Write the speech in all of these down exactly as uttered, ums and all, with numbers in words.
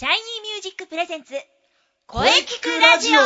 シャイニーミュージックプレゼンツ声聞くラジオ。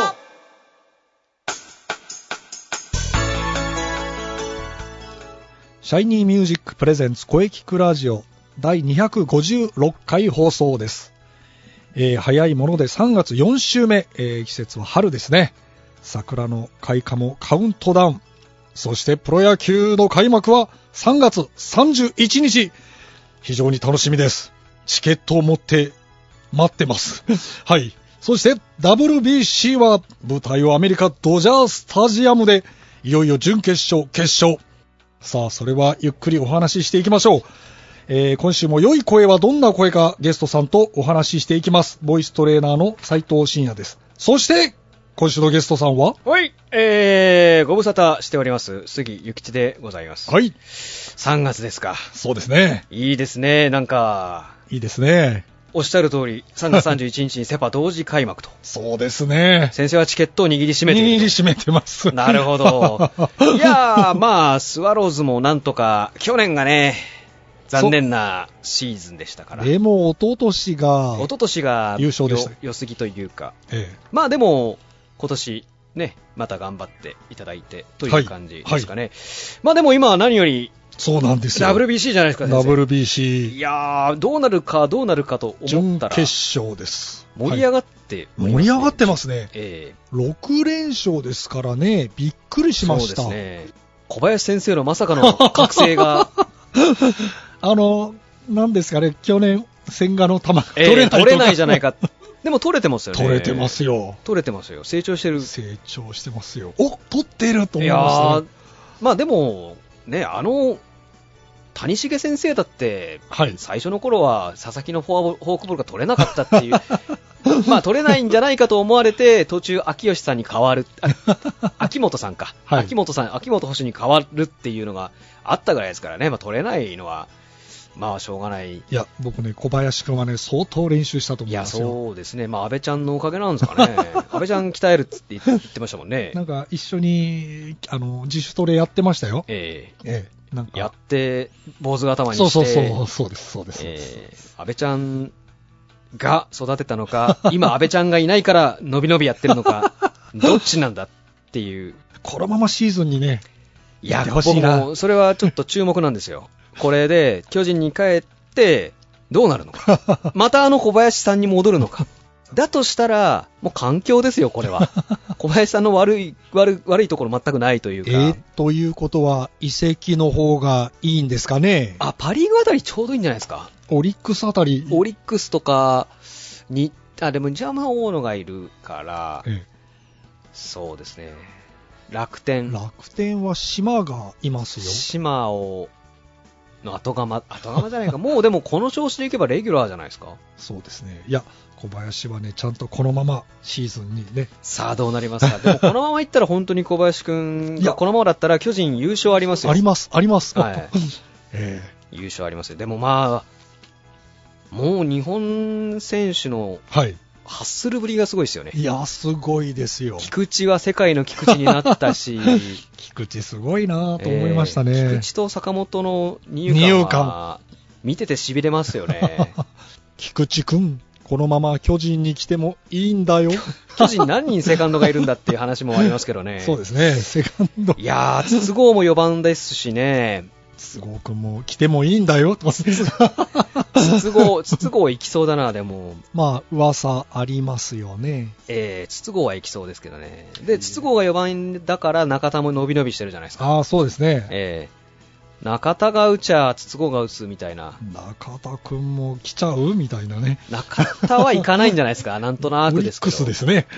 シャイニーミュージックプレゼンツ声聞くラジオだいにひゃくごじゅうろっかい放送です。えー、早いものでさんがつよんしゅうめ、えー、季節は春ですね。桜の開花もカウントダウン。そしてプロ野球の開幕はさんがつさんじゅういちにち。非常に楽しみです。チケットを持って待ってますはい。そして ダブリュービーシー は舞台をアメリカドジャースタジアムでいよいよ準決勝決勝。さあそれはゆっくりお話ししていきましょう。えー、今週も良い声はどんな声かゲストさんとお話ししていきます。ボイストレーナーの斉藤真也です。そして今週のゲストさんははい、えー、ご無沙汰しております杉ゆきちでございます。 はい。 さんがつですか。 そうですね。 いいですね。なんかいいですね。 おっしゃる通りさんがつさんじゅういちにちにセパ同時開幕と。 そうですね。 先生はチケットを握りしめている。 握りしめてます。 なるほど。いやー、まあスワローズもなんとか去年がね残念なシーズンでしたから。 でも一昨年が一昨年が優勝でした。 良すぎというか、 ええ、 まあでも今年ねまた頑張っていただいてという感じですかね。はいはい、まあでも今は何よりそうなんですよ。 ダブリュービーシー じゃないですか。 ダブリュービーシー。 いやー、どうなるかどうなるかと思ったら準決勝です。 盛り上がってますね、盛り上がってますね。 えー、ろくれんしょうですからね、びっくりしました。 そうですね。小林先生のまさかの覚醒があのなんですかね、去年千賀の球が取れない、えー、 取れないじゃないか。でも取れてますよね。 取れてますよ。 取れてますよ。成長してる。 成長してますよ。お、取ってると思いましたね。 まあでもね、あの谷繁先生だって、はい、最初の頃は佐々木のフォアフォークボールが取れなかったっていうまあ取れないんじゃないかと思われて途中秋吉さんに変わる、秋元さんか、はい、秋元さん、秋元捕手に変わるっていうのがあったぐらいですからね。まあ取れないのはまあしょうがない。 いや僕ね、小林君はね相当練習したと思いますよ。 いやそうですね。まあ安倍ちゃんのおかげなんですかね。安倍ちゃん鍛えるって言ってましたもんね。 なんか一緒にあの自主トレやってましたよ。 ええええ、なんかやって坊主頭にして、 そうそうそうそうですそうです、 えー、安倍ちゃんが育てたのか、今安倍ちゃんがいないからのびのびやってるのか、どっちなんだっていう。 このままシーズンにね、 いや僕もそれはちょっと注目なんですよ。これで巨人に帰ってどうなるのか、またあの小林さんに戻るのか。だとしたらもう環境ですよこれは。小林さんの悪い悪い悪いところ全くないというか。 えー、ということは移籍の方がいいんですかね。 あ、パリーグあたりちょうどいいんじゃないですか。 オリックスあたり。 オリックスとかに、あでもジャマ大野がいるから、ええ、そうですね。楽天楽天は島がいますよ。 島をの後釜後釜じゃないか。もうでもこの調子でいけばレギュラーじゃないですか。 そうですね。いや小林はねちゃんとこのままシーズンにね。 さあどうなりますか。でもこのままいったら本当に小林くんがこのままだったら巨人優勝ありますよ。 ありますあります、 はい、えー、優勝ありますよ。でもまあもう日本選手のハッスルぶりがすごいですよね。 いやすごいですよ。 菊池は世界の菊池になったし菊池すごいなと思いましたね、えー、 菊池と坂本の二遊間は見ててしびれますよね。 菊池くんこのまま巨人に来てもいいんだよ。 巨人何人セカンドがいるんだっていう話もありますけどね。 そうですね、セカンド。 いやー筒香もよばんですしね。 筒香くんも来てもいいんだよ。筒香筒香行きそうだな。でもまあ噂ありますよね。 えー、筒香は行きそうですけどね。で筒香がよばんだから中田も伸び伸びしてるじゃないですか。 ああそうですね。 えー中田が打ちゃ筒香が打つみたいな。 中田くんも来ちゃうみたいなね。 中田はいかないんじゃないですか。なんとなくですけど。 オリックスですね。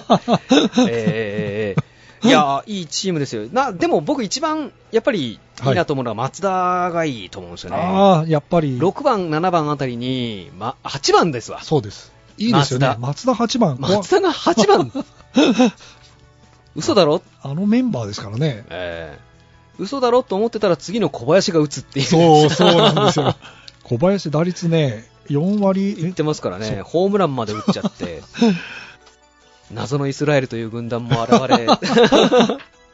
えー、いやいいチームですよ。なでも僕一番やっぱりいいなと思うのは松田がいいと思うんですよね。 ああやっぱりろくばんななばんあたりに、ま、はちばんですわ。 そうです。いいですよね。松田、松田はちばん。 松田がはちばん。嘘だろ。 あのメンバーですからね。 えー嘘だろと思ってたら次の小林が打つっていう。 そうそうなんですよ。小林打率ねよんわりいってますからね。ホームランまで打っちゃって謎のイスラエルという軍団も現れ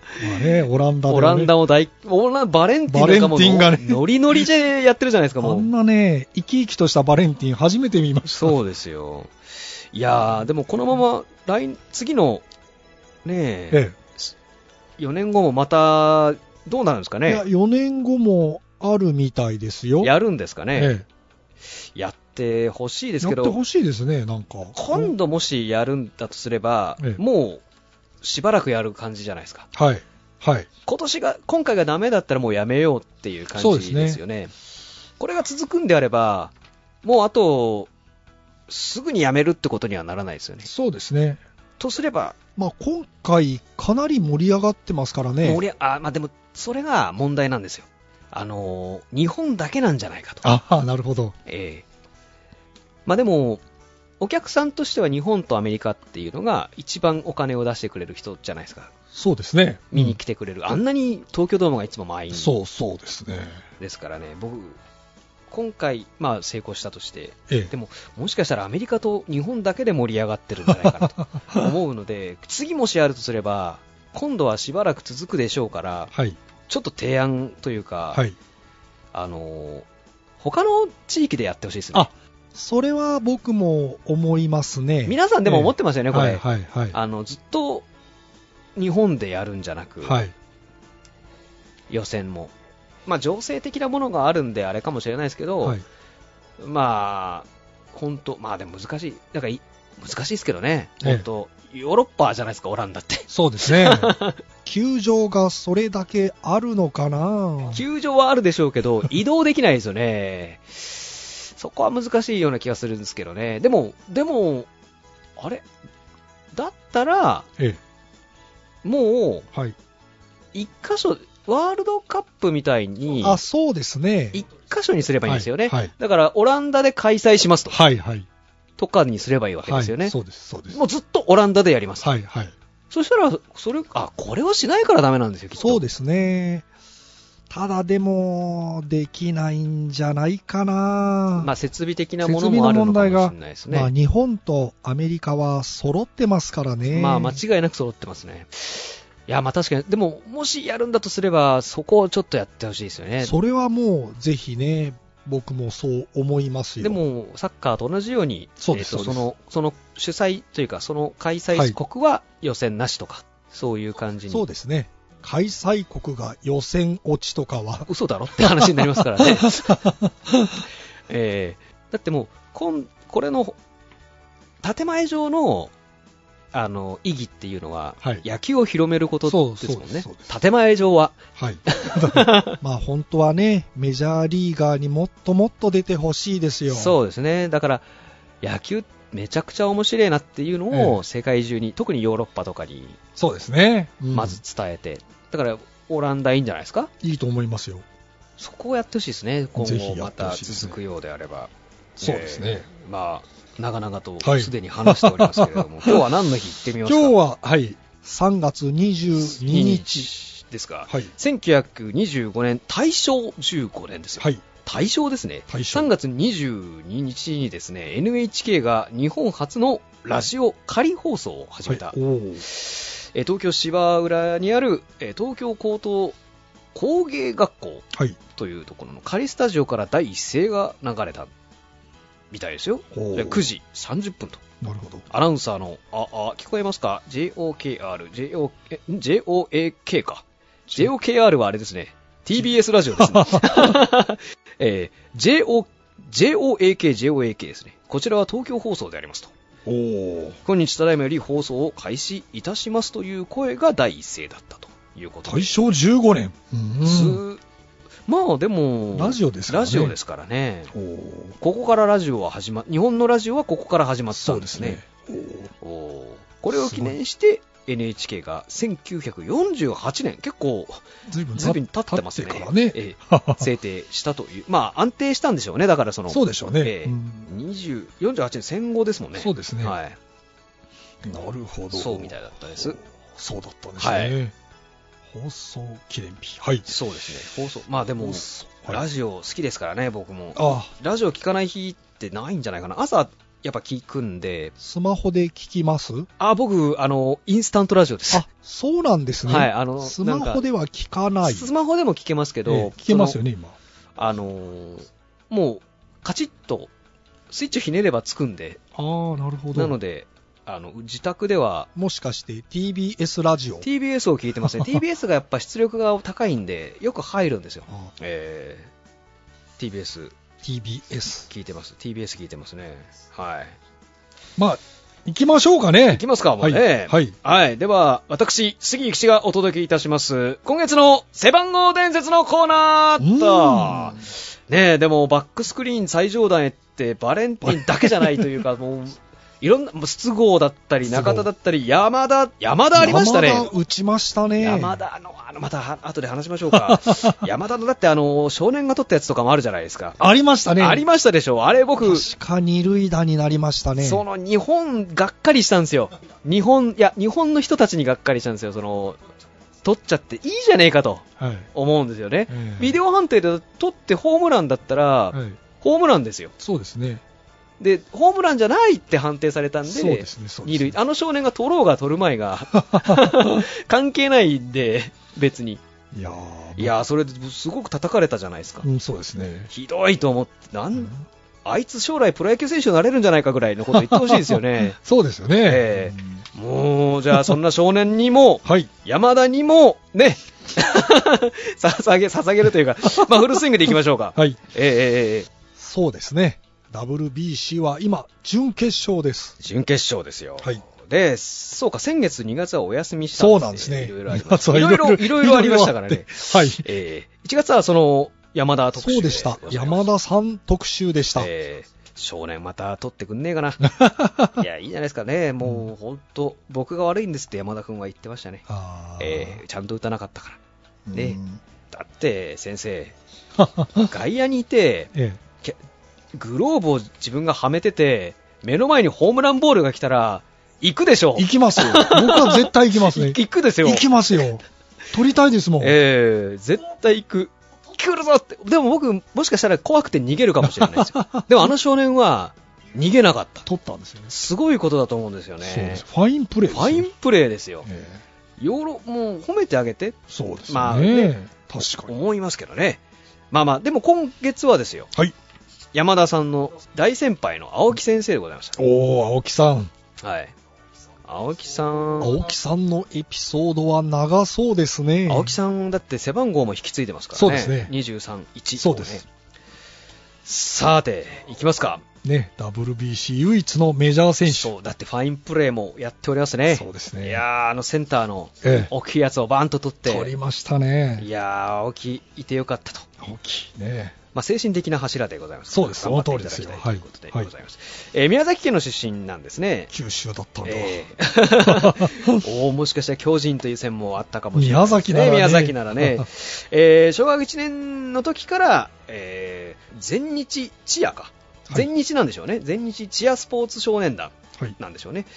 まあね、オランダで、ね、 オランダも大、オランバレンティンなんかもバレンティンがねノリノリでやってるじゃないですか、もう。 あんなね、生き生きとしたバレンティン初めて見ました。 そうですよ。いやー、でもこのまま来次のねえ、ええ、よねんごもまたどうなるんですかね。 いや、よねんごもあるみたいですよ。 やるんですかね。 ええ、 やってほしいですけど。 やってほしいですね、なんか。 今度もしやるんだとすれば、ええ、もうしばらくやる感じじゃないですか。 はい。はい。 今年が、今回がダメだったらもうやめようっていう感じですよね。ね、これが続くんであれば、もうあと、すぐにやめるってことにはならないですよね。 そうですね。 とすれば、 まあ、今回かなり盛り上がってますからね。 盛りあ、まあ、でもそれが問題なんですよ。あのー、日本だけなんじゃないかと。 ああ、なるほど。 ええー。まあでも、お客さんとしては日本とアメリカっていうのが一番お金を出してくれる人じゃないですか。 そうですね。 見に来てくれる。うん、あんなに東京ドームがいつも満員。 そうそうですね。 ですからね、僕、今回、まあ、成功したとして、 ええ、 でも、もしかしたらアメリカと日本だけで盛り上がってるんじゃないかなと思うので、次もしあるとすれば、今度はしばらく続くでしょうから、 はい、 ちょっと提案というか、 はい、 あの他の地域でやってほしいですね。 あ、それは僕も思いますね。 皆さんでも思ってますよね、ええ、これ、 はいはいはい、 あのずっと日本でやるんじゃなく、 はい、 予選も。まあ、情勢的なものがあるんであれかもしれないですけど、はい、まあ、本当、まあでも難しい、なんかい難しいですけどね、本当、ええ、ヨーロッパじゃないですか、オランダって。 そうですね。球場がそれだけあるのかな。 球場はあるでしょうけど、移動できないですよね。そこは難しいような気がするんですけどね。でも、でも、あれだったら、ええ、もう、はい、一箇所、ワールドカップみたいに、 あ、そうですね。 一箇所にすればいいんですよね。 はいはい、 だから、オランダで開催しますと。 はいはい。 とかにすればいいわけですよね。 はい、そうです、そうです。 もうずっとオランダでやります。 はいはい。 そしたら、それ、あ、これをしないからダメなんですよ、きっと。 そうですね。ただでも、できないんじゃないかな。 まあ、設備的なものもあるのかもしれないですね。 まあ、日本とアメリカは揃ってますからね。 まあ、間違いなく揃ってますね。いや、まあ確かに、でも、もしやるんだとすれば、そこをちょっとやってほしいですよね。 それはもう、ぜひね、僕もそう思いますよ。 でも、サッカーと同じように、 そうです、 えーと、その、その主催というか、その開催国は予選なしとか、はい、そういう感じに。 そうですね。開催国が予選落ちとかは。 嘘だろって話になりますからね。えー、だってもう、こん、これの、建前上の、あの意義っていうのは、はい、野球を広めることですもんね。建前上は。 はい。まあ本当はね、メジャーリーガーにもっともっと出てほしいですよ。 そうですね。だから野球めちゃくちゃ面白いなっていうのを世界中に、ええ、特にヨーロッパとかに、 そうですね。 うん、まず伝えて、だからオランダいいんじゃないですか。 いいと思いますよ。 そこをやってほしいですね。今後また続くようであれば。 そうですね。 えー、まあ。長々とすでに話しておりますけれども、はい、今日は何の日行ってみますか。 今日は、はい、さんがつにじゅうににちですか、はい、せんきゅうひゃくにじゅうごねん、大正じゅうごねんですよ、はい、大正ですね。さんがつにじゅうににちにですね エヌエイチケー が日本初のラジオ仮放送を始めた、はい、え東京芝浦にあるえ東京高等工芸学校というところの仮スタジオから第一声が流れたみたいですよ。くじさんじゅっぷんと。 なるほど。 アナウンサーの、あ、あ、聞こえますか ?ジェイオーケーアール、ジェイオーケー か。ジェイオーケーアール はあれですね。ティービーエス ラジオですね。えー、ジェイオーエーケー、ジェイオーエーケー ですね。こちらは東京放送でありますと。 おー。 今日ただいまより放送を開始いたしますという声が第一声だったということで。 大正じゅうごねん。 うんまあでもラジオですからね。 ラジオですからね。ここからラジオは始ま日本のラジオはここから始まったんですね。 そうですね。 おこれを記念して エヌエイチケー がせんきゅうひゃくよんじゅうはちねん結構ずいぶん経ってますね。 からね、 えー、制定したというまあ安定したんでしょうね。だからそのそうでしょうね。 えー、にじゅう、よんじゅうはちねん戦後ですもんね。 そうですね。 はい。 なるほど。 そうみたいだったです。 そうだったんですね。はい放送記念日。はい。 そうですね。放送。まあでも、はい、ラジオ好きですからね、僕も。 ああラジオ聞かない日ってないんじゃないかな。朝、 やっぱ聞くんで。 スマホで聞きます？ あ、僕、あの、インスタントラジオです。 あ、そうなんですね。 はい、あの、 スマホでは聞かない。 スマホでも聞けますけど、ええ、 聞けますよね、今。 あのー、もう、カチッと、スイッチをひねればつくんで。 ああ、なるほど。 なので、あの、自宅では。 もしかして ティービーエス ラジオティービーエス を聞いてますね。ティービーエス がやっぱ出力が高いんで、よく入るんですよ。えー、ティービーエス。 ティービーエス。 聞いてます。ティービーエス 聞いてますね。はい。 まあ、行きましょうかね。 行きますか、もうね。はい。はい。はい。では、私、杉井吉がお届けいたします。今月の背番号伝説のコーナーと。ねえ、でも、バックスクリーン最上段へってバレンティンだけじゃないというか、もう、いろんな、筒香だったり、中田だったり、山田、山田ありましたね。 山田打ちましたね。 山田の、あの、また、後で話しましょうか。山田の、だってあの、少年が取ったやつとかもあるじゃないですか。 ありましたね。 ありましたでしょ。あれ僕。 確か二塁打になりましたね。 その日本、がっかりしたんですよ。日本、いや、日本の人たちにがっかりしたんですよ。その、取っちゃっていいじゃねえかと、思うんですよね。はい、ビデオ判定で取ってホームランだったら、はい、ホームランですよ。 そうですね。 で、ホームランじゃないって判定されたんで、そうですね、そうですね、二塁、あの少年が取ろうが取る前が関係ないんで、別に。いやー、いやー、それですごく叩かれたじゃないですか。 うん、そうですね。 ひどいと思って、なん、うん、あいつ将来プロ野球選手になれるんじゃないかぐらいのこと言ってほしいですよね。 そうですよね。 えー、もう、じゃあそんな少年にも、はい、山田にも、ね、捧げ、捧げるというか、まあフルスイングでいきましょうか。はい。えー、えー、えー、 そうですね。ダブリュービーシー は今、準決勝です。 準決勝ですよ。はい。で、そうか、先月にがつはお休みしたんです。そうなんですね。 いろいろありました。いろいろ、いろいろありましたからね。はい。えー、いちがつはその、山田特集。 そうでした。山田さん特集でした。 えー、少年また取ってくんねえかな。いや、いいじゃないですかね。もう、本当、僕が悪いんですって山田君は言ってましたね。あえー、ちゃんと打たなかったから。ね。だって、先生、外野にいて、ええグローブを自分がはめてて、目の前にホームランボールが来たら、行くでしょ。 行きますよ。僕は絶対行きますね。 行くですよ。 行きますよ。取りたいですもん。 えー、絶対行く。来るぞって。でも僕、もしかしたら怖くて逃げるかもしれないですよ。でもあの少年は、逃げなかった。 取ったんですよね。 すごいことだと思うんですよね。 そうです。ファインプレーですよ。 ファインプレーですよ。えー、ヨーロ、もう褒めてあげて。 そうですね。 まあね、確かに。思いますけどね。まあまあ、でも今月はですよ。はい。山田さんの大先輩の青木先生でございました。 おー、青木さん。 はい。青木さん。 青木さんのエピソードは長そうですね。 青木さんだって背番号も引き継いでますからね。 そうですね。 にじゅうさん、いち、ね。 そうです。 さて、いきますか。 ね、ダブリュービーシー 唯一のメジャー選手。 そう、だってファインプレーもやっておりますね。 そうですね。 いやー、あのセンターの大きいやつをバーンと取って。 取りましたね。 いやー、青木いてよかったと。 青木ね。 まあ、精神的な柱でございます。 そうです、その通りですよ。 ということでございます。はい、えー、宮崎県の出身なんですね。 九州だったんだ。 えー、おもしかしたら巨人という線もあったかもしれないですね。 宮崎ならね。 宮崎ならね。えー、小学いちねんの時から、えー、全日チアか。全日なんでしょうね。はい、全日チアスポーツ少年団なんでしょうね。はい、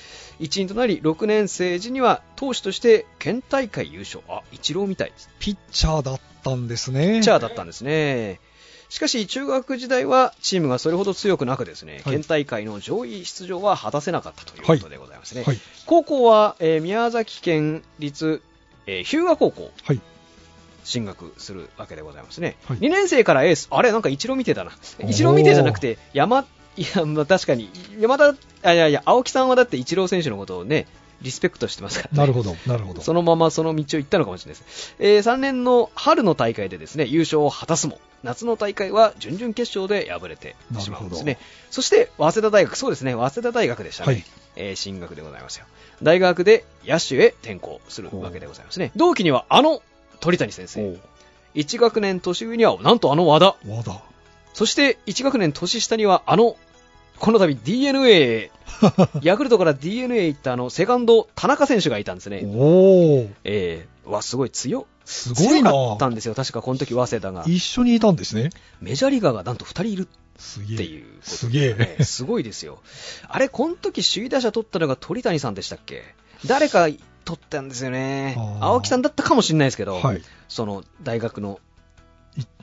一員となり、ろくねん生時には投手として県大会優勝。あ、イチローみたいです。 ピッチャーだったんですね。 ピッチャーだったんですね。しかし中学時代はチームがそれほど強くなくですね、はい、県大会の上位出場は果たせなかったということでございますね。はいはい、高校は、えー、宮崎県立、えー、日向高校、はい、進学するわけでございますね。はい、にねん生からエース、あれなんか一郎見てだな。一郎見てじゃなくて山、いや、まあ、確かに山田、あいやいや青木さんはだって一郎選手のことをね。リスペクトしてますからね。 なるほど、なるほど。 そのままその道を行ったのかもしれないです。えー、さんねんの春の大会でですね、優勝を果たすも、夏の大会は準々決勝で敗れてしまうんですね。そして、早稲田大学、そうですね、早稲田大学でしたね。はい、えー、進学でございますよ。大学で野手へ転校するわけでございますね。同期にはあの鳥谷先生。いち学年年上には、なんとあの和田。 和田。 そして、いち学年年下にはあの、この度 ディーエヌエー ヤクルトから ディーエヌエー 行ったあのセカンド田中選手がいたんですね。 おー、 えー、わすごい強すごいな。 強かったんですよ。確かこの時早稲田が一緒にいたんですね。 メジャーリーガーがなんとふたりいるっていうこと、ね、 すげえすごいですよ。あれこの時首位打者取ったのが鳥谷さんでしたっけ。誰か取ったんですよね。青木さんだったかもしれないですけど、はい、その大学の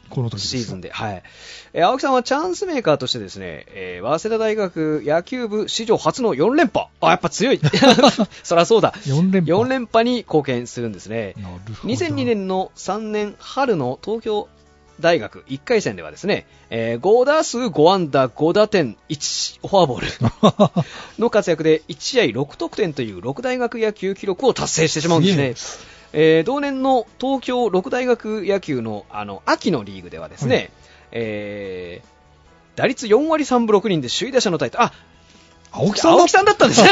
この時シーズンで、はい。えー、青木さんはチャンスメーカーとしてですね、えー、早稲田大学野球部史上初のよん連覇。あ、やっぱ強い。そりゃそうだ。 よん連覇。 よん連覇に貢献するんですね。 なるほど。 にせんにねんのさんねん春の東京大学いっかい戦ではですね、えー、ご打数ご安打ご打点いちフォアボールの活躍でいち試合ろく得点という六大学野球記録を達成してしまうんですね。えー、同年の東京六大学野球のあの秋のリーグではですね、はい、えー、打率よん割さんぶろく厘で首位打者のタイトル、あ、 青木さんだ、 青木さんだったんです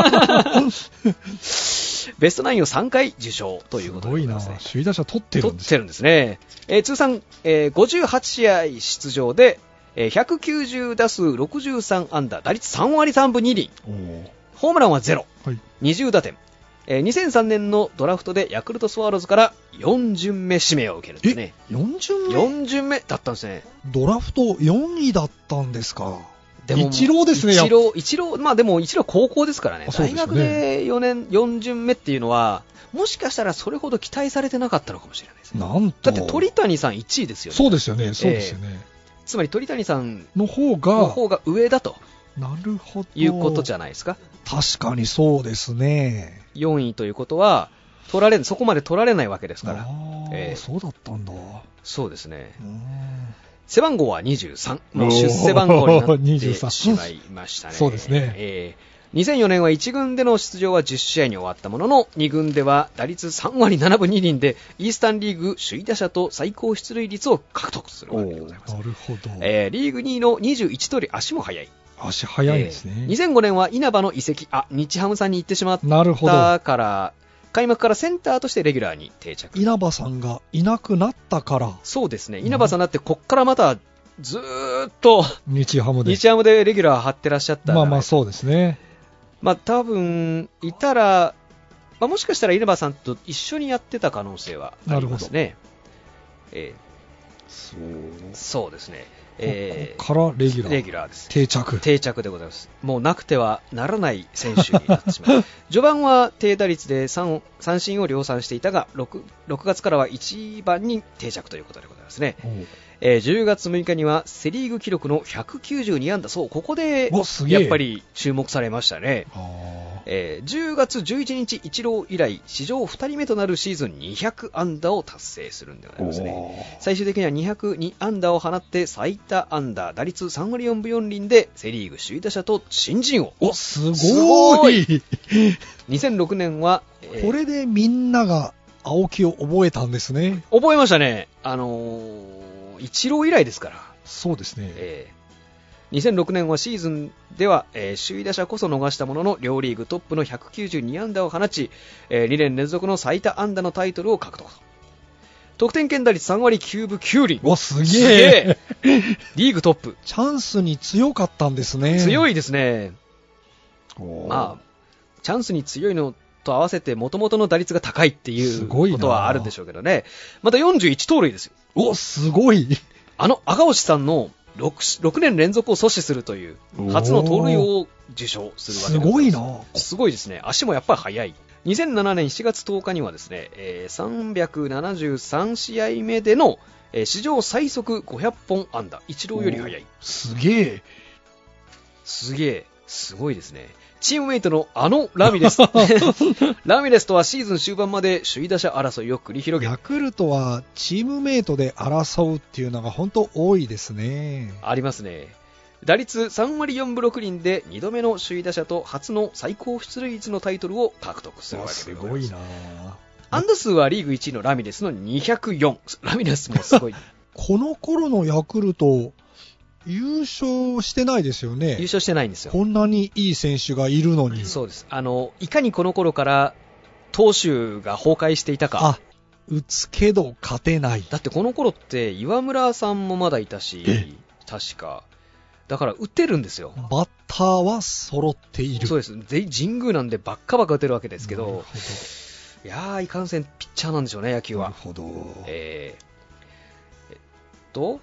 ね。ベストナインをさんかい受賞ということでございますね。 すごいな、首位打者取ってるんです。 取ってるんですね。えー、通算、えー、ごじゅうはち試合出場で、えー、ひゃくきゅうじゅう打数ろくじゅうさん安打、打率さん割さんぶに厘、ホームランはゼロ、はい、にじゅう打点。えー、にせんさんねんのドラフトでヤクルトスワローズからよん巡目指名を受けるんですね。 え、よん巡目 ?よん巡目だったんですね。 ドラフトよんいだったんですか。 でも一郎ですね。 一郎、一郎、まあでも一郎高校ですからね。 そうですね、 大学でよねん、よん巡目っていうのは、もしかしたらそれほど期待されてなかったのかもしれないですね。 なんと。 だって鳥谷さんいちいですよね。 そうですよね、そうですよね。 えー、つまり鳥谷さんの方が、 の方が上だと。 なるほど。 いうことじゃないですか。 確かにそうですね。 よんいということは、取られ、そこまで取られないわけですから。 あ、えー、そうだったんだ。 そうですね。背番号はにじゅうさん。もう出世番号になってしまいましたね。 そうですね。 えー、にせんよねんはいち軍での出場はじゅっ試合に終わったものの、に軍では打率さん割なな分に厘で、イースタンリーグ首位打者と最高出塁率を獲得するわけでございます。 なるほど。 えー、リーグにいのにじゅういち通り足も速い。 足速いですね、 えー、にせんごねんは稲葉の移籍、あ、日ハムさんに行ってしまったから、開幕からセンターとしてレギュラーに定着。 稲葉さんがいなくなったから。 そうですね。稲葉さんだってこっからまたずーっと日ハムで日ハムでレギュラー張ってらっしゃった。 まあまあそうですね。 まあ多分いたら、まあ、もしかしたら稲葉さんと一緒にやってた可能性はありますね。えー、そうそうですね。 えー、ここからレギュラー。 レギュラーです。 定着。 定着でございます。もうなくてはならない選手になってしまう。序盤は低打率で三振を量産していたが、6, 6月からはいちばんに定着ということでございますね。えー、じゅうがつむいかにはセリーグ記録のひゃくきゅうじゅうに安打、そう、ここでやっぱり注目されましたね。えー、じゅうがつじゅういちにち、イチロー以来史上ふたりめとなるシーズンにひゃく安打を達成するんでございますね。最終的にはにひゃくに安打を放って最多安打、打率さん割よん分よん厘でセリーグ首位打者と新人王。 お、すごい。 にせんろくねんは、 えー、これでみんなが青木を覚えたんですね。 覚えましたね。あのー、イチロー以来ですから。 そうですね。 えーにせんろくねんはシーズンでは、えー、首位打者こそ逃したものの両リーグトップのひゃくきゅうじゅうに安打を放ち、えー、にねん連続の最多安打のタイトルを獲得。得点圏打率さん割きゅう分きゅう厘。 わ、すげえ。 リーグトップ。 チャンスに強かったんですね。 強いですね。まあ、チャンスに強いのと合わせて元々の打率が高いっていうことはあるんでしょうけどね。またよんじゅういち盗塁ですよ。 お、すごい。 あの赤星さんの6, 6年連続を阻止するという初の盗塁を受賞するわけです。 すごいな。 すごいですね。足もやっぱり速い。にせんななねんしちがつとおかにはですね、えー、さんびゃくななじゅうさん試合目での、えー、史上最速ごひゃっぽん安打、イチローより速い。 すげえ。 すげえ。すごいですね。チームメイトのあのラミレスラミレスとはシーズン終盤まで首位打者争いを繰り広げ、 ヤクルトはチームメイトで争うっていうのが本当多いですね。 ありますね。打率さん割よん分ろく厘でにどめの首位打者と初の最高出塁率のタイトルを獲得するわけでございます。 すごいな。 安打数はリーグいちいのラミレスのにひゃくよん。ラミレスもすごい。 この頃のヤクルト優勝してないですよね。 優勝してないんですよ。 こんなにいい選手がいるのに。 そうです。あのいかにこの頃から投手が崩壊していたか。 あ、打つけど勝てない。 だってこの頃って岩村さんもまだいたし、確かだから打てるんですよ。 バッターは揃っている。 そうです。で神宮なんでバッカバカ打てるわけですけど、なるほど。いやーいかんせんピッチャーなんでしょうね、野球は。 なるほど。 えー、えっと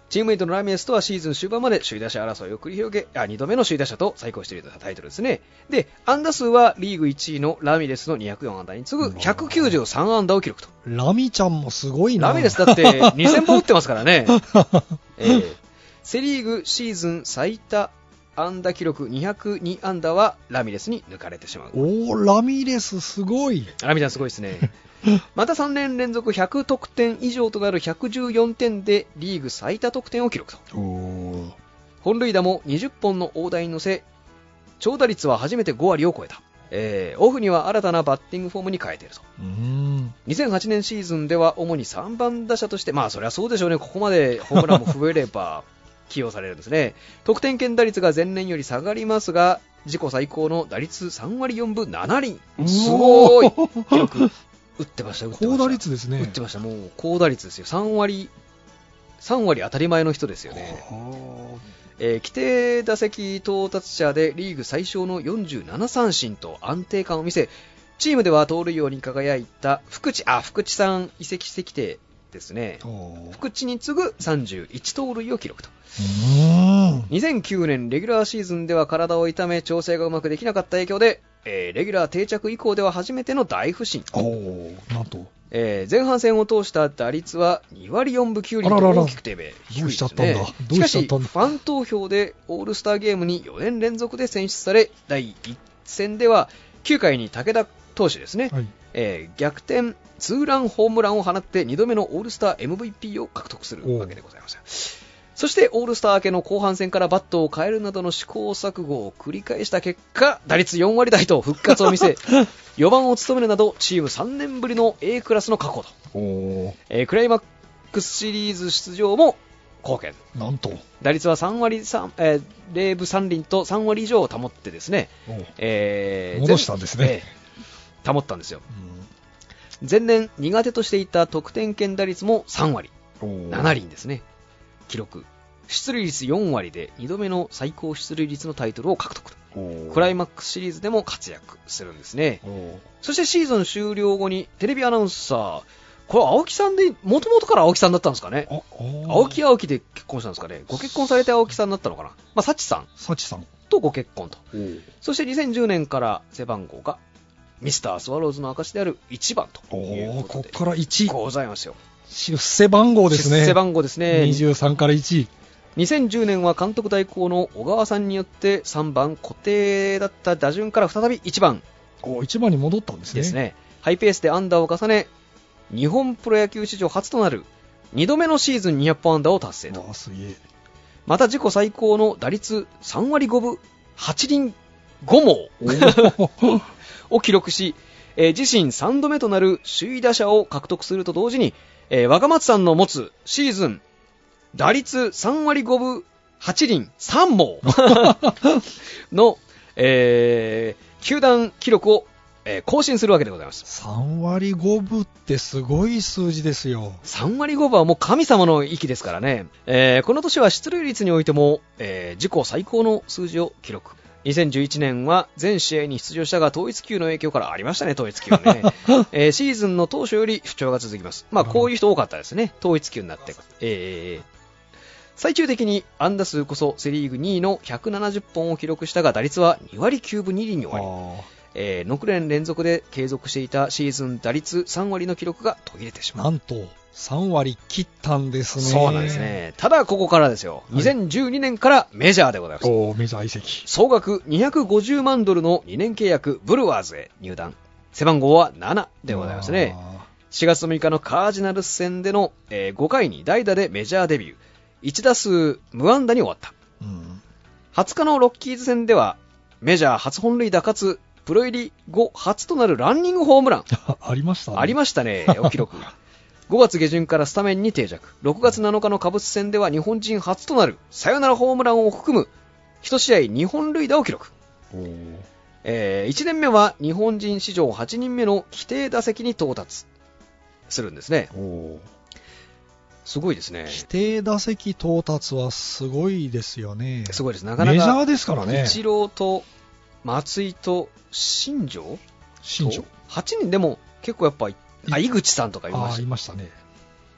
チームメイトのラミレスとはシーズン終盤まで首位打者争いを繰り広げ、あ、にどめの首位打者と最高出塁タイトルですね。で、安打数はリーグいちいのラミレスのにひゃくよん安打に次ぐひゃくきゅうじゅうさん安打を記録と。 ラミちゃんもすごいな。 ラミレスだってにせんぼん打ってますからね。えー、セリーグシーズン最多安打記録にひゃくに安打はラミレスに抜かれてしまう。 おー、ラミレスすごい。 ラミちゃんすごいですね。またさんねん連続ひゃく得点以上となるひゃくじゅうよんてんでリーグ最多得点を記録と。 お本塁打もにじゅっぽんの大台に乗せ、長打率は初めてごわりを超えた。えー、オフには新たなバッティングフォームに変えていると。 うーんにせんはちねんシーズンでは主にさんばん打者として、まあそりゃそうでしょうね、ここまでホームランも増えれば起用されるんですね。得点圏打率が前年より下がりますが、自己最高の打率さんわりよんぶななりん。すごい記録。打ってました、打ってました。 高打率ですね。 打ってました、もう高打率ですよ。さんわり、さんわり当たり前の人ですよね。えー、規定打席到達者でリーグ最小のよんじゅうななさんしんと安定感を見せ、チームでは盗塁王に輝いた福地、あ、福地さん移籍してきてですね、福地に次ぐさんじゅういち盗塁を記録と。 うーんにせんきゅうねんレギュラーシーズンでは体を痛め調整がうまくできなかった影響で、えー、レギュラー定着以降では初めての大不振。 おー、なんと。 えー、前半戦を通した打率はにわりよんぶきゅうりんと大きく低迷。 どうしちゃったんだ。どしかし、 うしちゃったんだ。 ファン投票でオールスターゲームによねん連続で選出され、だいいち戦ではきゅうかいに武田投手ですね、 はい、 えー、逆転ツーランホームランを放ってにどめのオールスター エムブイピー を獲得するわけでございます。そしてオールスター明けの後半戦からバットを変えるなどの試行錯誤を繰り返した結果、打率よんわり台と復活を見せよばんを務めるなどチームさんねんぶりの A クラスの確保と。お、えー、クライマックスシリーズ出場も貢献。 なんと打率はさんわりさん、えー、ゼロぶさんりんとさんわり以上を保ってですね、 えー、戻したんですね、 えー、保ったんですよ、うん、前年苦手としていた得点圏打率もさんわりななりんですね記録。出塁率よんわりでにどめの最高出塁率のタイトルを獲得と。クライマックスシリーズでも活躍するんですね。そしてシーズン終了後にテレビアナウンサー、これ青木さんで、もともとから青木さんだったんですかね。青木青木で結婚したんですかね。ご結婚されて青木さんだったのかな。まあ、サチさん。 サチさん。 とご結婚と。そしてにせんじゅうねんから背番号がミスタースワローズの証であるいちばんということで。 ここからいち。 ございますよ。 出世番号ですね。 出世番号ですね。 にじゅうさんからいち。 にせんじゅうねんは監督代行の小川さんによってさんばん固定だった打順から再びいちばん。 お、いちばんに戻ったんですね。 ですね。ハイペースでアンダーを重ね、日本プロ野球史上初となるにどめのシーズンにひゃっぽん安打を達成と。 すげえ。 また自己最高の打率さんわりごぶはちりんごもを記録し、えー、自身さんどめとなる首位打者を獲得すると同時に、えー、若松さんの持つシーズン打率さんわりごぶはちりんさんもの、えー、球団記録を、えー、更新するわけでございます。 さんわりごぶってすごい数字ですよ。 さんわりごぶはもう神様の域ですからね。えー、この年は出塁率においても、えー、自己最高の数字を記録。にせんじゅういちねんは全試合に出場したが統一球の影響からありましたね、統一球ね、えー、シーズンの当初より不調が続きます。まあこういう人多かったですね、統一球になって、えー、最終的に安打数こそセリーグにいのひゃくななじゅっぽんを記録したが打率はにわりきゅうぶにりんに終わり、えー、ろくねん連続で継続していたシーズン打率さんわりの記録が途切れてしまう。 なんとさんわり切ったんですね。 そうなんですね。ただここからですよ、はい、にせんじゅうにねんからメジャーでございます。 おメジャー移籍、 総額にひゃくごじゅうまんドルのにねん契約ブルワーズへ入団。背番号はななでございますね。しがつむいかのカージナルス戦での、えー、ごかいに代打でメジャーデビュー、いちだすう無安打に終わった、うん、はつかのロッキーズ戦ではメジャー初本塁打かつプロ入り後初となるランニングホームランありましたね。 ありましたね、お記録ごがつげじゅんからスタメンに定着。ろくがつなのかのカブス戦では日本人初となるサヨナラホームランを含むいち試合にほん塁打を記録。えー、いちねんめは日本人史上はちにんめの規定打席に到達するんですね。すごいですね。 規定打席到達はすごいですよね。 すごいです。なかなかメジャーですからね。 イチローと松井と新庄新庄はちにんでも結構やっぱあ、井口さんとかいました。 あ、いましたね。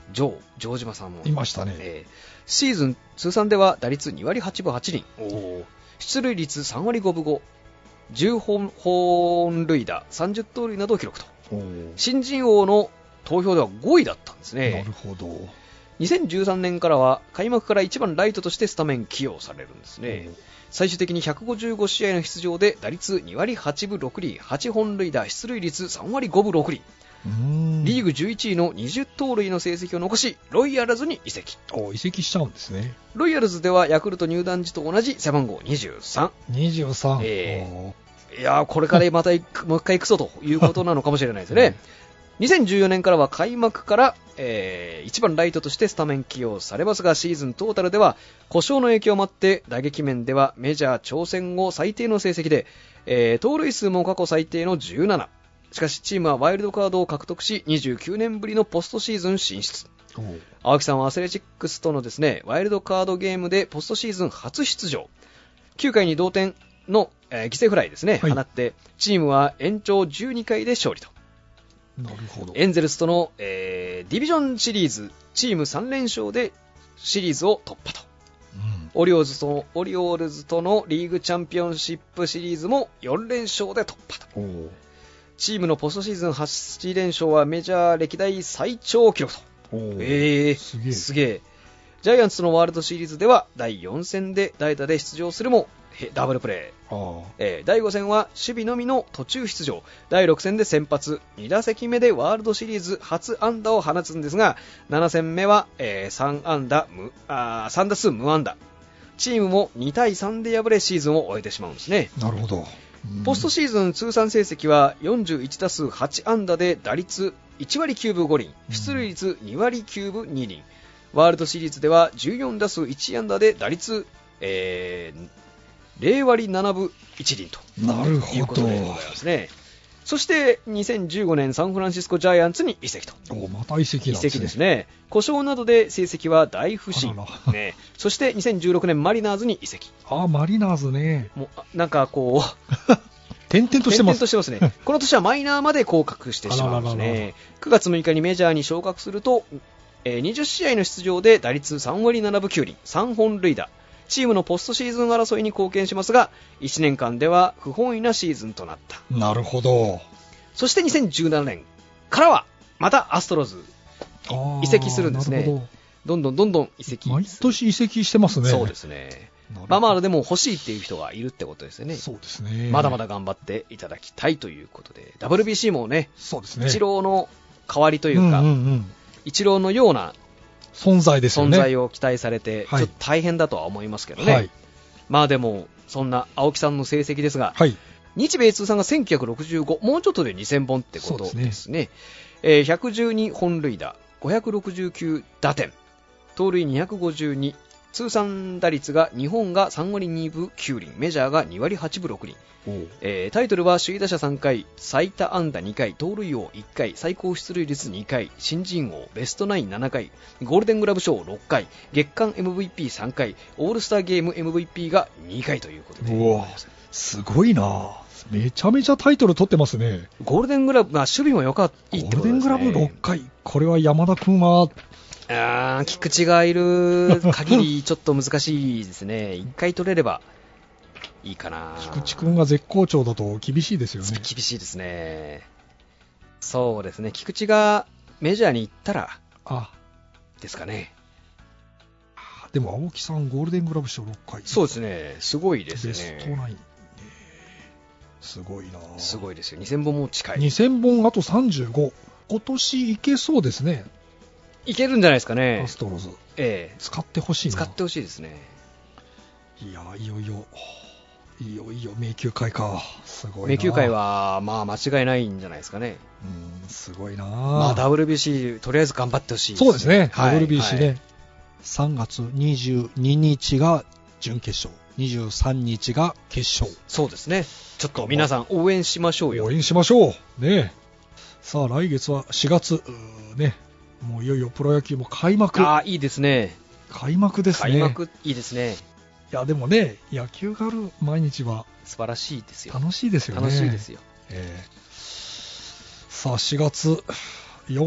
ジョー、城島さんもいましたね、 えー、シーズン通算では打率にわりはちぶはちりん、お出塁率さんわりごぶご、じゅっぽん本塁打、さんじゅっとうるいなどを記録と、新人王の投票ではごいだったんですね。 なるほど。 にせんじゅうさんねんからは開幕からいちばんライトとしてスタメン起用されるんですね。最終的にひゃくごじゅうごしあいの出場で打率にわりはちぶろくりん、はちほんるいだ、出塁率さんわりごぶろくりん、うーん、リーグじゅういちいのにじゅっとうるいの成績を残し、ロイヤルズに移籍。 お移籍しちゃうんですね。 ロイヤルズではヤクルト入団時と同じ背番号にじゅうさん。 にじゅうさん、 えー、いやーこれからまたもう一回行くぞということなのかもしれないですね。にせんじゅうよねんからは開幕から、えー、いちばんライトとしてスタメン起用されますが、シーズントータルでは故障の影響もあって打撃面ではメジャー挑戦後最低の成績で、えー、盗塁数も過去最低のじゅうなな。しかしチームはワイルドカードを獲得し、にじゅうきゅうねんぶりのポストシーズン進出。青木さんはアスレチックスとのですねワイルドカードゲームでポストシーズン初出場、きゅうかいに同点の、えー、犠牲フライですね、はい、放ってチームは延長じゅうにかいで勝利と。 なるほど。 エンゼルスとの、えー、ディビジョンシリーズチームさんれんしょうでシリーズを突破と、うん、オリオールズとオリオールズとのリーグチャンピオンシップシリーズもよんれんしょうで突破と。チームのポストシーズンはちれんしょうはメジャー歴代最長記録と。えー、すげえすげえ。ジャイアンツとのワールドシリーズではだいよんせんで代打で出場するもダブルプレー、えー、だいごせんは守備のみの途中出場、だいろくせんで先発、にだせきめでワールドシリーズ初安打を放つんですが、ななせんめは、えー、さんあんだ無あさんだすう無安打、チームもにたいさんで敗れシーズンを終えてしまうんですね。 なるほど。 ポストシーズン通算成績はよんじゅういちだすうはちあんだで打率いちわりきゅうぶごりん、出塁率にわりきゅうぶにりん、ワールドシリーズではじゅうよんだすういちあんだで打率、えー、ぜろわりななぶいちりんということでございますね。そしてにせんじゅうごねんサンフランシスコジャイアンツに移籍と。 おまた移籍なんですね。 移籍ですね。故障などで成績は大不振、ね、そしてにせんじゅうろくねんマリナーズに移籍。 ああマリナーズね。 もうなんかこう点々としてます。 点々としてますね。この年はマイナーまで降格してしまうんですね。くがつむいかにメジャーに昇格すると、えー、にじゅっしあいの出場で打率さんわりななぶきゅうりん、さんほんるいだ、チームのポストシーズン争いに貢献しますが、いちねんかんでは不本意なシーズンとなった。 なるほど。そしてにせんじゅうななねんからはまたアストロズ移籍するんですね。どんどんどんどん移籍。 毎年移籍してますね。 そうですね。まあまあでも欲しいっていう人がいるってことですよね。 そうですね。 まだまだ頑張っていただきたいということで、 ダブリュービーシー もね、 そうですね、 イチローの代わりというか、うんうんうん、イチローのような存在ですよね。 存在を期待されて、はい、ちょっと大変だとは思いますけどね、はい、まあでもそんな青木さんの成績ですが、はい、日米通算がせんきゅうひゃくろくじゅうご、もうちょっとでにせんぼんってことですね。ですね、えー、ひゃくじゅうにほんるいだ、ごひゃくろくじゅうきゅうだてん、盗塁にひゃくごじゅうに、通算打率が日本がさんわりにぶきゅうりん、メジャーがにわりはちぶろくりん、えー、タイトルは首位打者さんかい、最多安打にかい、盗塁王いっかい、最高出塁率にかい、新人王ベストナインななかい、ゴールデングラブ賞ろっかい、月間 エムブイピーさんかい、オールスターゲーム エムブイピー がにかいということで、 うわすごいな、めちゃめちゃタイトル取ってますね。 ゴールデングラブ、まあ、守備も良かったいいってことですね。 ゴールデングラブろっかい、これは山田君はあ菊池がいる限りちょっと難しいですね。いっかい取れればいいかな。 菊池君が絶好調だと厳しいですよね。 厳しいですね。そうですね、菊池がメジャーに行ったらあですかね。 でも青木さんゴールデングラブ賞ろっかい。 そうですね、すごいですね。ベストナイン、すごいな。 すごいですよ。にせんぼんも近い。 にせんぼんあとさんじゅうご、今年いけそうですね。 いけるんじゃないですかね。 アストロズ、 ええ、 使ってほしいな。 使ってほしいですね。 いやいよいよいよいよ迷宮会か。すごいな。 迷宮会はまあ間違いないんじゃないですかね。 うん、すごいな。 まあ ダブリュービーシー とりあえず頑張ってほしいです、 ね。そうですね、はい、ダブリュービーシー ね、はい、さんがつにじゅうににちが準決勝、にじゅうさんにちが決勝。 そうですね、ちょっと皆さん応援しましょうよ。 応援しましょうね。さあ来月はしがつね、もういよいよプロ野球も開幕。 ああいいですね、 開幕ですね。 開幕いいですね。 いやでもね、野球がある毎日は素晴らしいですよ。 楽しいですよね。 楽しいですよ、 えー、さあしがつよっ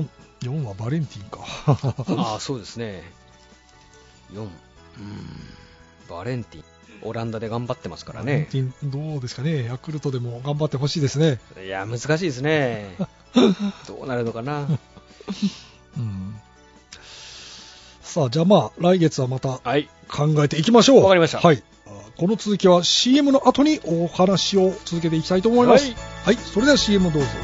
よんはバレンティンか。 ああ、そうですね。よん。うーん。バレンティン。オランダで頑張ってますからね。 バレンティン、どうですかね。ヤクルトでも頑張ってほしいですね。 いや、難しいですね。どうなるのかな。 うん、さあ、じゃあまあ、来月はまたはい。 考えていきましょう。 わかりました。 はい。この続きは シーエム の後にお話を続けていきたいと思います。はい。はい、それでは シーエム どうぞ。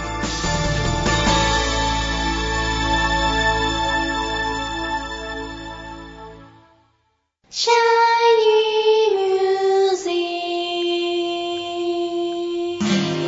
シャイニーミュージッ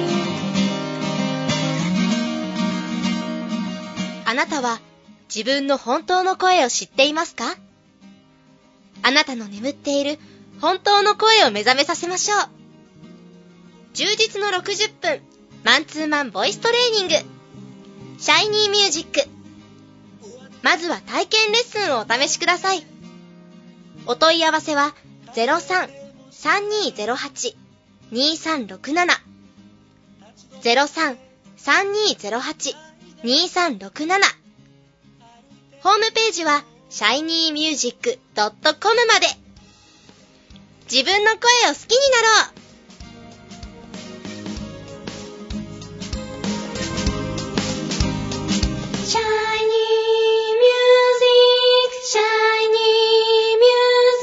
ク。あなたは自分の本当の声を知っていますか？あなたの眠っている本当の声を目覚めさせましょう。充実のろくじゅっぷんマンツーマンボイストレーニング、シャイニーミュージック。まずは体験レッスンをお試しください。お問い合わせは ゼロさん さんにーゼロはち にーさんろくなな ゼロさん さんにーゼロはち にーさんろくなな。ホームページは シャイニーミュージックドットコム まで。自分の声を好きになろう。シャイニーミュージック、シャイニーミ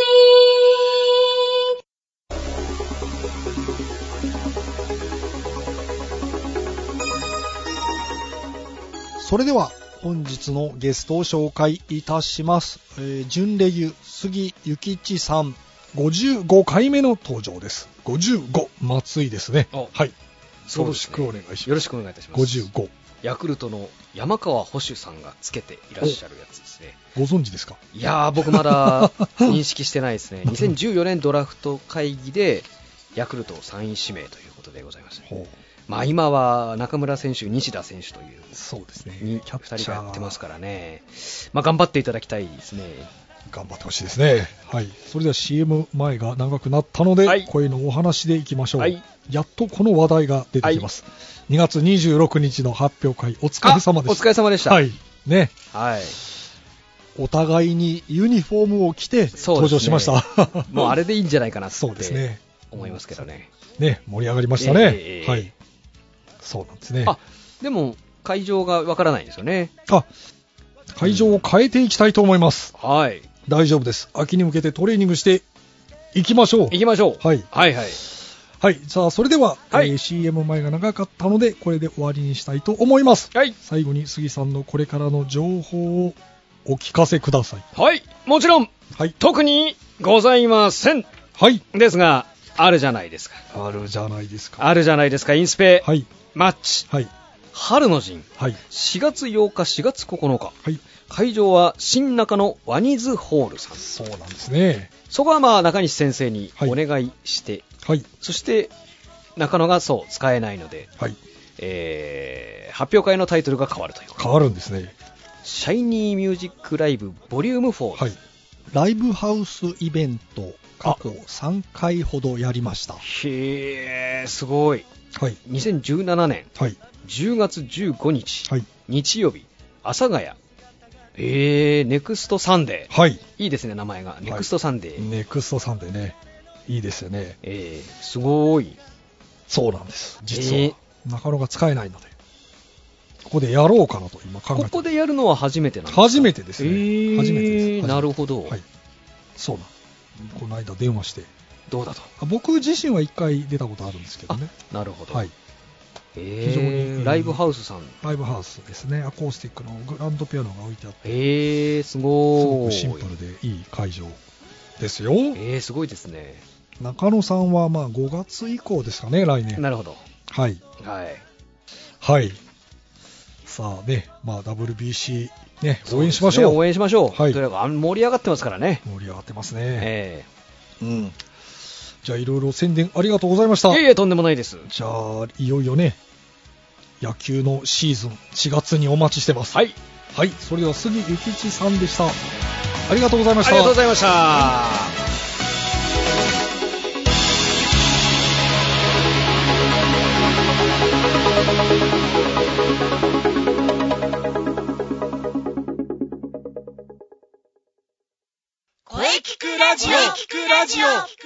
ュージック。それでは本日のゲストを紹介いたします。えー、準レギュ杉ゆきちさん、ごじゅうごかいめの登場です。ごじゅうご、松井ですね。はい。よろしくお願いします。 よろしくお願いいたします。 ごじゅうご。 ヤクルトの山川捕手さんがつけていらっしゃるやつですね。 ご存知ですか？ いやー、僕まだ認識してないですね。にせんじゅうよねんドラフト会議でヤクルトさんい指名ということでございます、ね。ほう。まあ、今は中村選手、西田選手というそうですね、 ふたりがやってますからね、まあ、頑張っていただきたいですね。 頑張ってほしいですね。はい。それでは シーエム 前が長くなったので、はい、声のお話でいきましょう、はい。やっとこの話題が出てきます。はい、にがつにじゅうろくにちの発表会、お疲れ様でした。 お疲れ様でした。 はい。ね。 はい。 お互いにユニフォームを着て登場しました。 ね、もうあれでいいんじゃないかなってそうですね。 思いますけどね。 ね、盛り上がりましたね。えー、はい。そうなんですね。 あ、でも会場がわからないんですよね。 あ、会場を変えていきたいと思います。 うん、はい。 大丈夫です。秋に向けてトレーニングしていきましょう。 いきましょう。 はい。 はいはい。 はい。さあ、それでは、 はいえー、シーエム 前が長かったので、これで終わりにしたいと思います。 はい。 最後に杉さんのこれからの情報をお聞かせください。 はい。もちろん。 はい。 特にございません。 はい。 ですが、あるじゃないですか。 あるじゃないですか。 あるじゃないですか。インスペ。 はい。 マッチ。 はい。 春の陣。 はい。 しがつようか、しがつここのか。 はい。 会場は新中野ワニズホールさん。 そうなんですね。 そこはまあ中西先生にお願いして、 はい。 そして中野がそう使えないので、 はい。 えー、発表会のタイトルが変わるという。 変わるんですね。 シャイニーミュージックライブボリュームフォー。 はい。ライブハウスイベント過去さんかいほどやりました。 へー、すごい。 はい。 にせんじゅうななねん、 はい、 じゅうがつじゅうごにち、 はい、 日曜日、阿佐ヶ谷、えー、ネクストサンデー、 はい、 いいですね、名前が、ネクストサンデー、 はい、ネクストサンデーね、いいですよね、 えー、すごい、 そうなんです、実は、えー、中野が使えないので、ここでやろうかなと今考えて、 ここでやるのは初めてなんですか？ 初めてですね、 えー、 初めてです、 なるほど、 はい、そうなん、この間電話して、 どうだと、 僕自身はいっかい出たことあるんですけどね、 なるほど。 はい、 えー、非常にライブハウスさん、 ライブハウスですね、アコースティックのグランドピアノが置いてあって、 えー、すごい、 すごくシンプルでいい会場ですよ。 えー、すごいですね。 中野さんはまあごがつ以降ですかね、来年。 なるほど。 はい。 はい。 はい。さあね、まあ ダブリュービーシー ね、応援しましょう。 ね、応援しましょう。 はい。 盛り上がってますからね。 盛り上がってますね。 ええー、うん。じゃあいろいろ宣伝ありがとうございました。 いえいえ、とんでもないです。 じゃあいよいよね、野球のシーズンしがつにお待ちしてます。 はい。 はい。それでは杉ゆきちさんでした。ありがとうございました。 ありがとうございました。はいラジオ聞くラジオ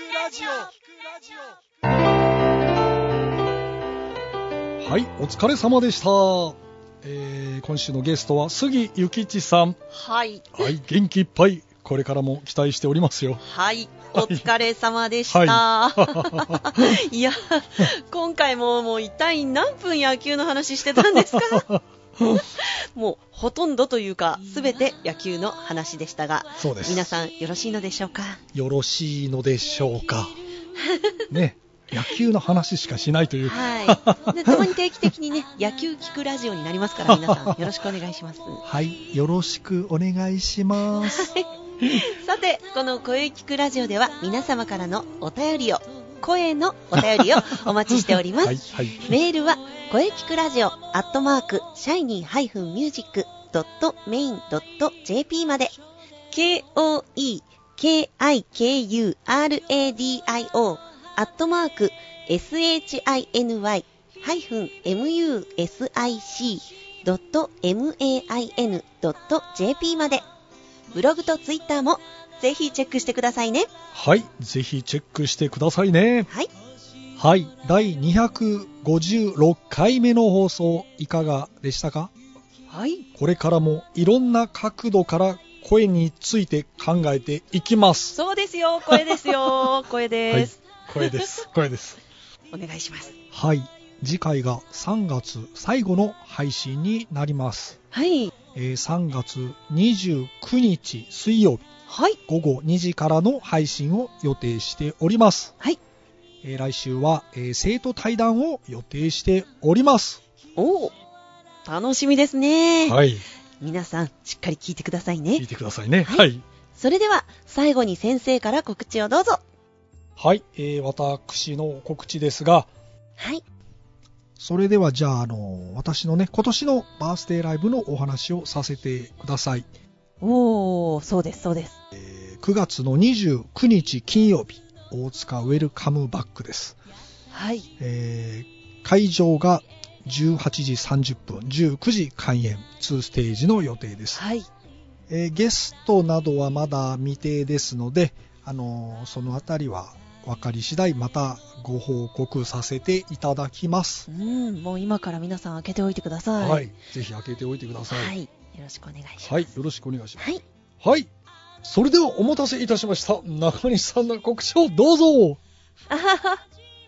はい、お疲れ様でした。えー、今週のゲストは杉ゆきちさん。 はい。 はい、元気いっぱい。これからも期待しておりますよ。 はい、お疲れ様でした。はい、いや、今回ももう一体何分野球の話してたんですか？もうほとんどというかすべて野球の話でしたが、 そうです。 皆さんよろしいのでしょうか？ よろしいのでしょうか。ね。野球の話しかしないという、 はい、でたまに定期的にね野球聞くラジオになりますから皆さんよろしくお願いします。 はい、よろしくお願いします。 さて、この声聞くラジオでは皆様からのお便りを声のお便りをお待ちしております。はいはい、メールは声聞くラジオアットマークシャイニーハイフンミュージックドットメインドットジェーピー まで ケーオーイーケーアイケーユーアールエーディーアイオーアットマーク シャイニーハイフンミュージックドットメインドットジェーピー まで。ブログとツイッターもぜひチェックしてくださいね。 はい、ぜひチェックしてくださいね。 はい。 はい、だいにひゃくごじゅうろっかいめの放送いかがでしたか？ はい。 これからもいろんな角度から声について考えていきます。 そうですよ、声ですよ、声です。 はい、声です、声です。 お願いします。 はい、次回がさんがつ最後の配信になります。 はい。 えー、さんがつにじゅうくにち水曜日、 はい、 ごごにじからの配信を予定しております。 はい。 えー、来週は、えー、生徒対談を予定しております。 おー、楽しみですね。 はい。 皆さんしっかり聞いてくださいね。 聞いてくださいね。はい。はい、 それでは最後に先生から告知をどうぞ。 はい、えー、私の告知ですが、 はい。 それではじゃあ、あの私のね今年のバースデーライブのお話をさせてください。 おー、そうですそうです。 えー、くがつのにじゅうくにち金曜日、大塚ウェルカムバックです。 はい。 えー、会場がじゅうはちじさんじゅっぷん、じゅうくじ開演、にステージの予定です。 はい。 えー、ゲストなどはまだ未定ですので、あのー、そのあたりは分かり次第またご報告させていただきます。 うん、もう今から皆さん開けておいてください。 はい、ぜひ開けておいてください。 はい、よろしくお願いします。 はい、よろしくお願いします。 はい。 はい、それではお待たせいたしました。中西さんの告知をどうぞ。 あはは。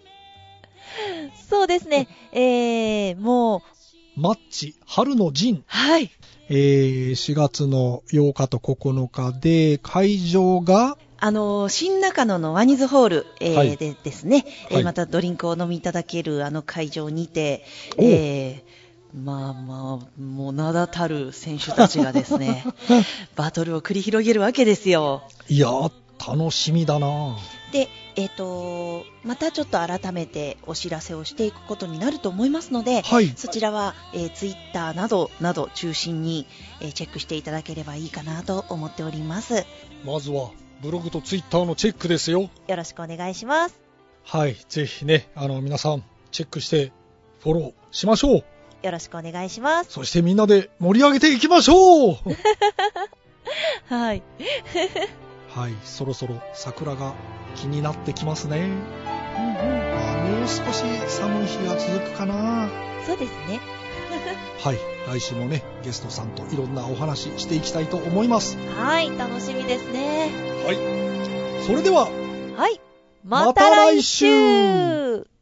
そうですね。えー、もうマッチ春の陣。 はい。 えー、しがつのようかとここのかで会場があの新中野のワニズホール、えーはい、でですね、えーはい、またドリンクを飲みいただけるあの会場にて、えー、まあまあもう名だたる選手たちがですねバトルを繰り広げるわけですよ。 いや楽しみだな。 で、えーと、またちょっと改めてお知らせをしていくことになると思いますので、はい、そちらは、えー、ツイッターなどなど中心に、えー、チェックしていただければいいかなと思っております。 まずはブログとツイッターのチェックですよ。 よろしくお願いします。 はい、ぜひね、あの皆さんチェックしてフォローしましょう。 よろしくお願いします。 そしてみんなで盛り上げていきましょう。 はいはい、そろそろ桜が気になってきますね。うんうん、まあ、もう少し寒い日が続くかな。 そうですね。 はい、来週もねゲストさんといろんなお話していきたいと思います。 はい、楽しみですね。 はい、それでは、 はい、また来週。